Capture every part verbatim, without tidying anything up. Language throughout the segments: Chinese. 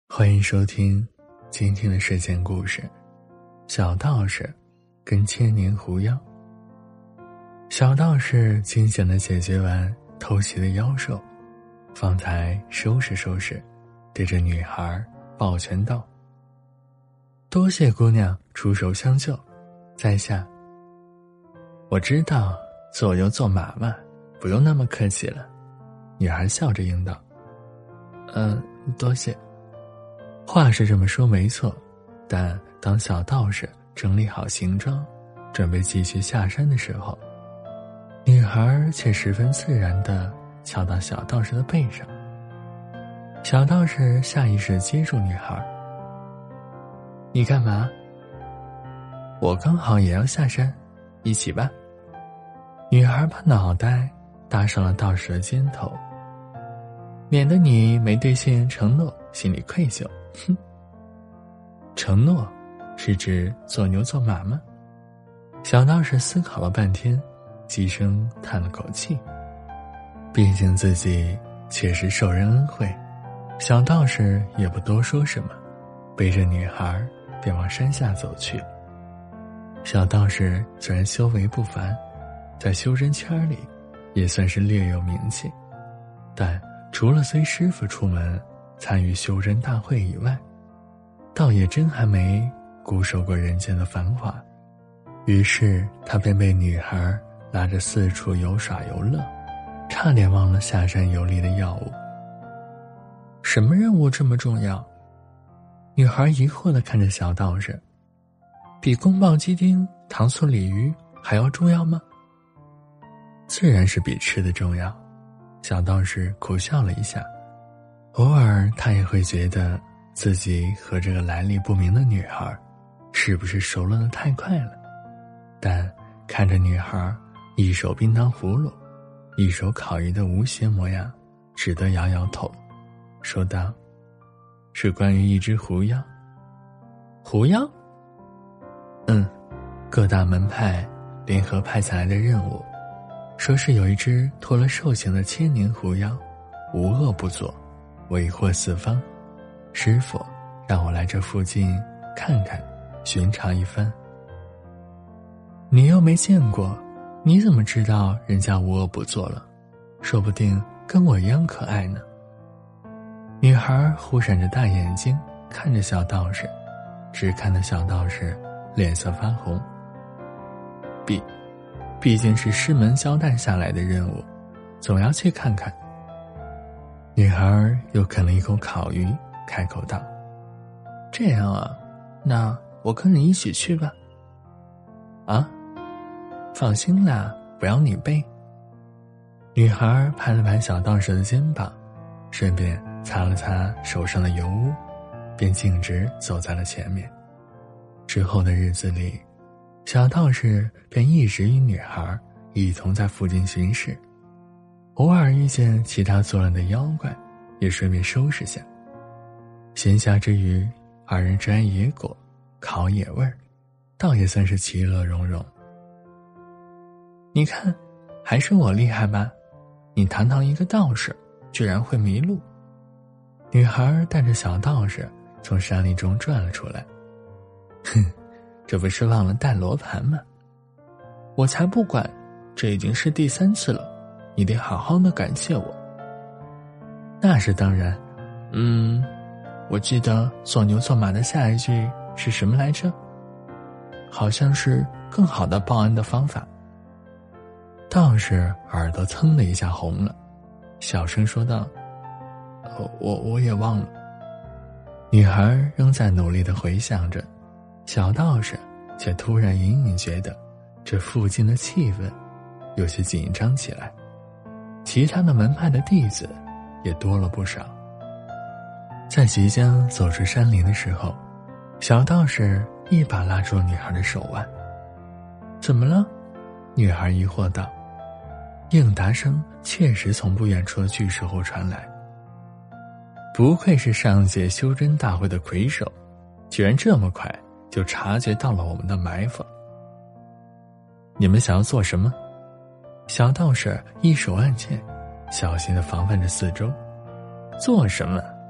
欢迎收听今天的睡前故事《小道士跟千年狐妖》。小道士惊险地解决完偷袭的妖兽，方才收拾收拾，对着女孩抱拳道：多谢姑娘出手相救，在下。我知道做牛做马嘛，不用那么客气了。女孩笑着应道：嗯，多谢。话是这么说没错，但当小道士整理好行装，准备继续下山的时候，女孩却十分自然地敲到小道士的背上。小道士下意识接住女孩：你干嘛？我刚好也要下山，一起吧。女孩把脑袋搭上了道士的肩头，免得你没兑现承诺心里愧疚。哼，承诺是指做牛做马吗？小道士思考了半天，低声叹了口气。毕竟自己确实受人恩惠，小道士也不多说什么，背着女孩便往山下走去。小道士虽然修为不凡，在修真圈里也算是略有名气，但除了随师傅出门参与修真大会以外，倒也真还没固守过人间的繁华。于是他便被女孩拉着四处游耍游乐，差点忘了下山游历的要务。什么任务这么重要？女孩疑惑地看着小道士，比宫爆鸡丁、糖醋鲤鱼还要重要吗？自然是比吃的重要。小道士苦笑了一下，偶尔他也会觉得自己和这个来历不明的女孩是不是熟络得太快了，但看着女孩一手冰糖葫芦，一手烤鱼的无邪模样，只得摇摇头，说道：是关于一只狐妖。狐妖？嗯，各大门派联合派下来的任务，说是有一只脱了兽形的千年狐妖，无恶不作，为祸四方。师父让我来这附近看看，巡查一番。你又没见过，你怎么知道人家无恶不作了？说不定跟我一样可爱呢。女孩忽闪着大眼睛看着小道士，只看得小道士脸色发红。毕毕竟是师门交代下来的任务，总要去看看。女孩又啃了一口烤鱼，开口道：这样啊，那我跟你一起去吧。啊，放心啦，不要你背。女孩拍了拍小道士的肩膀，顺便擦了擦手上的油污，便径直走在了前面。之后的日子里，小道士便一直与女孩一同在附近巡视，偶尔遇见其他作乱的妖怪，也顺便收拾下。闲暇之余，二人摘野果，烤野味儿，倒也算是其乐融融。你看，还是我厉害吧？你堂堂一个道士，居然会迷路。女孩带着小道士从山林中转了出来。哼，这不是忘了带罗盘吗？我才不管，这已经是第三次了，你得好好的感谢我。那是当然。嗯，我记得做牛做马的下一句是什么来着？好像是更好的报恩的方法。道士耳朵噌的一下红了，小声说道：哦、我我也忘了。女孩仍在努力地回想着，小道士却突然隐隐觉得这附近的气氛有些紧张起来，其他的门派的弟子也多了不少。在即将走出山林的时候，小道士一把拉住了女孩的手腕。怎么了？女孩疑惑道。应答声确实从不远处的巨石后传来。不愧是上届修真大会的魁首，居然这么快就察觉到了我们的埋伏。你们想要做什么？小道士一手按剑，小心地防范着四周。做什么？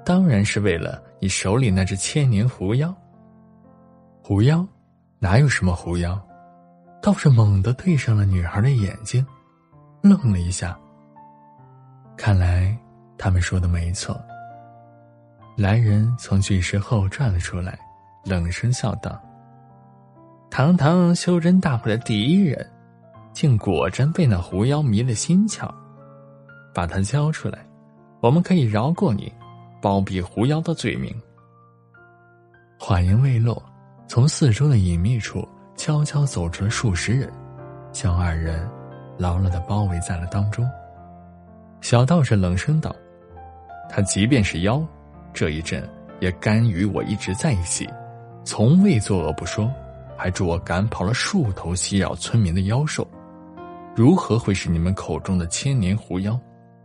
当然是为了你手里那只千年狐妖。狐妖？哪有什么狐妖？道士猛地对上了女孩的眼睛，愣了一下。看来他们说的没错。来人从巨石后转了出来，冷声笑道：堂堂修真大会的第一人，竟果真被那狐妖迷了心窍。把他交出来，我们可以饶过你包庇狐妖的罪名。话音未落，从四周的隐秘处悄悄走出了数十人，将二人牢牢地包围在了当中。小道士冷声道：他即便是妖，这一阵也甘与我一直在一起，从未作恶不说，还助我赶跑了数头袭扰村民的妖兽，如何会是你们口中的千年狐妖？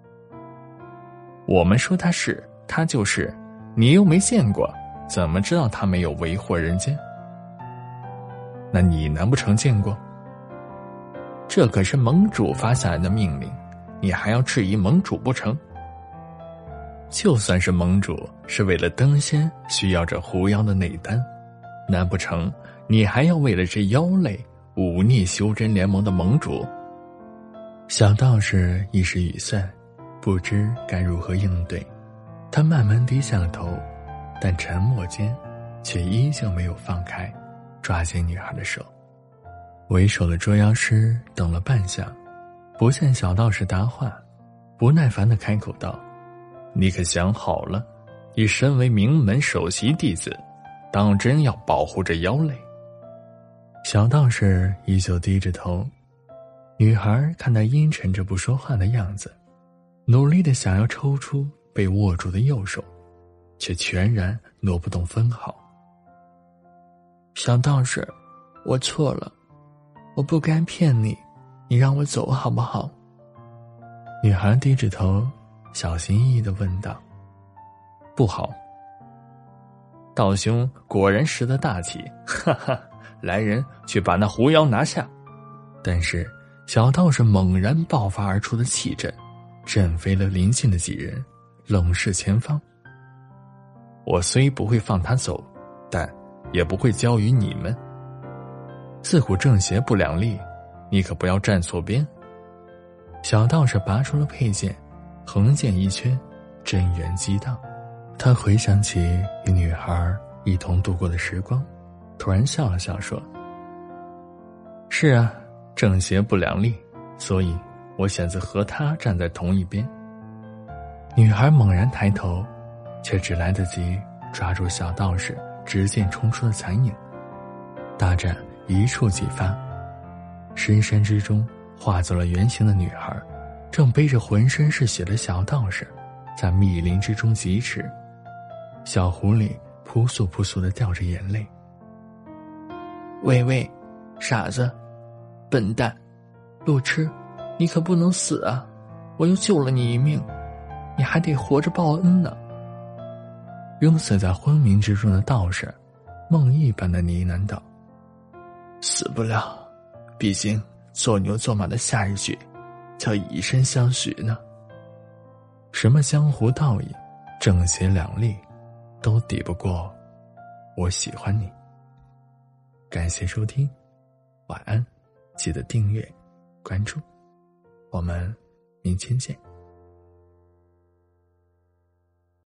我们说他是，他就是，你又没见过，怎么知道他没有为祸人间？那你难不成见过？这可是盟主发下来的命令，你还要质疑盟主不成？就算是盟主是为了登仙需要这狐妖的内丹，难不成你还要为了这妖类忤逆修真联盟的盟主？小道士一时语塞，不知该如何应对。他慢慢低下了头，但沉默间却依旧没有放开抓紧女孩的手。为首的捉妖师等了半晌，不见小道士答话，不耐烦地开口道：你可想好了，你身为名门首席弟子，当真要保护这妖类？小道士依旧低着头。女孩看他阴沉着不说话的样子，努力地想要抽出被握住的右手，却全然挪不动分毫。小道士，我错了，我不该骗你，你让我走好不好？女孩低着头，小心翼翼地问道。不好。道兄果然识得大体，哈哈，来人去把那狐妖拿下。但是小道士猛然爆发而出的气阵，震飞了邻近的几人，冷视前方。我虽不会放他走，但也不会交于你们。自古正邪不两立，你可不要站错边。小道士拔出了佩剑，横剑一圈，真元激荡。他回想起与女孩一同度过的时光，突然笑了笑说：是啊，正邪不两立，所以我选择和他站在同一边。女孩猛然抬头，却只来得及抓住小道士直剑冲出的残影。大战一触即发，深山之中化作了原形的女孩，正背着浑身是血的小道士，在密林之中疾驰。小狐狸扑簌扑簌地掉着眼泪。喂喂，傻子，笨蛋，路痴，你可不能死啊！我又救了你一命，你还得活着报恩呢。拥死在昏迷之中的道士梦呓般的呢喃道：死不了，毕竟做牛做马的下一句叫以身相许呢。什么江湖道义，正邪两立，都抵不过我喜欢你。感谢收听，晚安，记得订阅关注，我们明天见。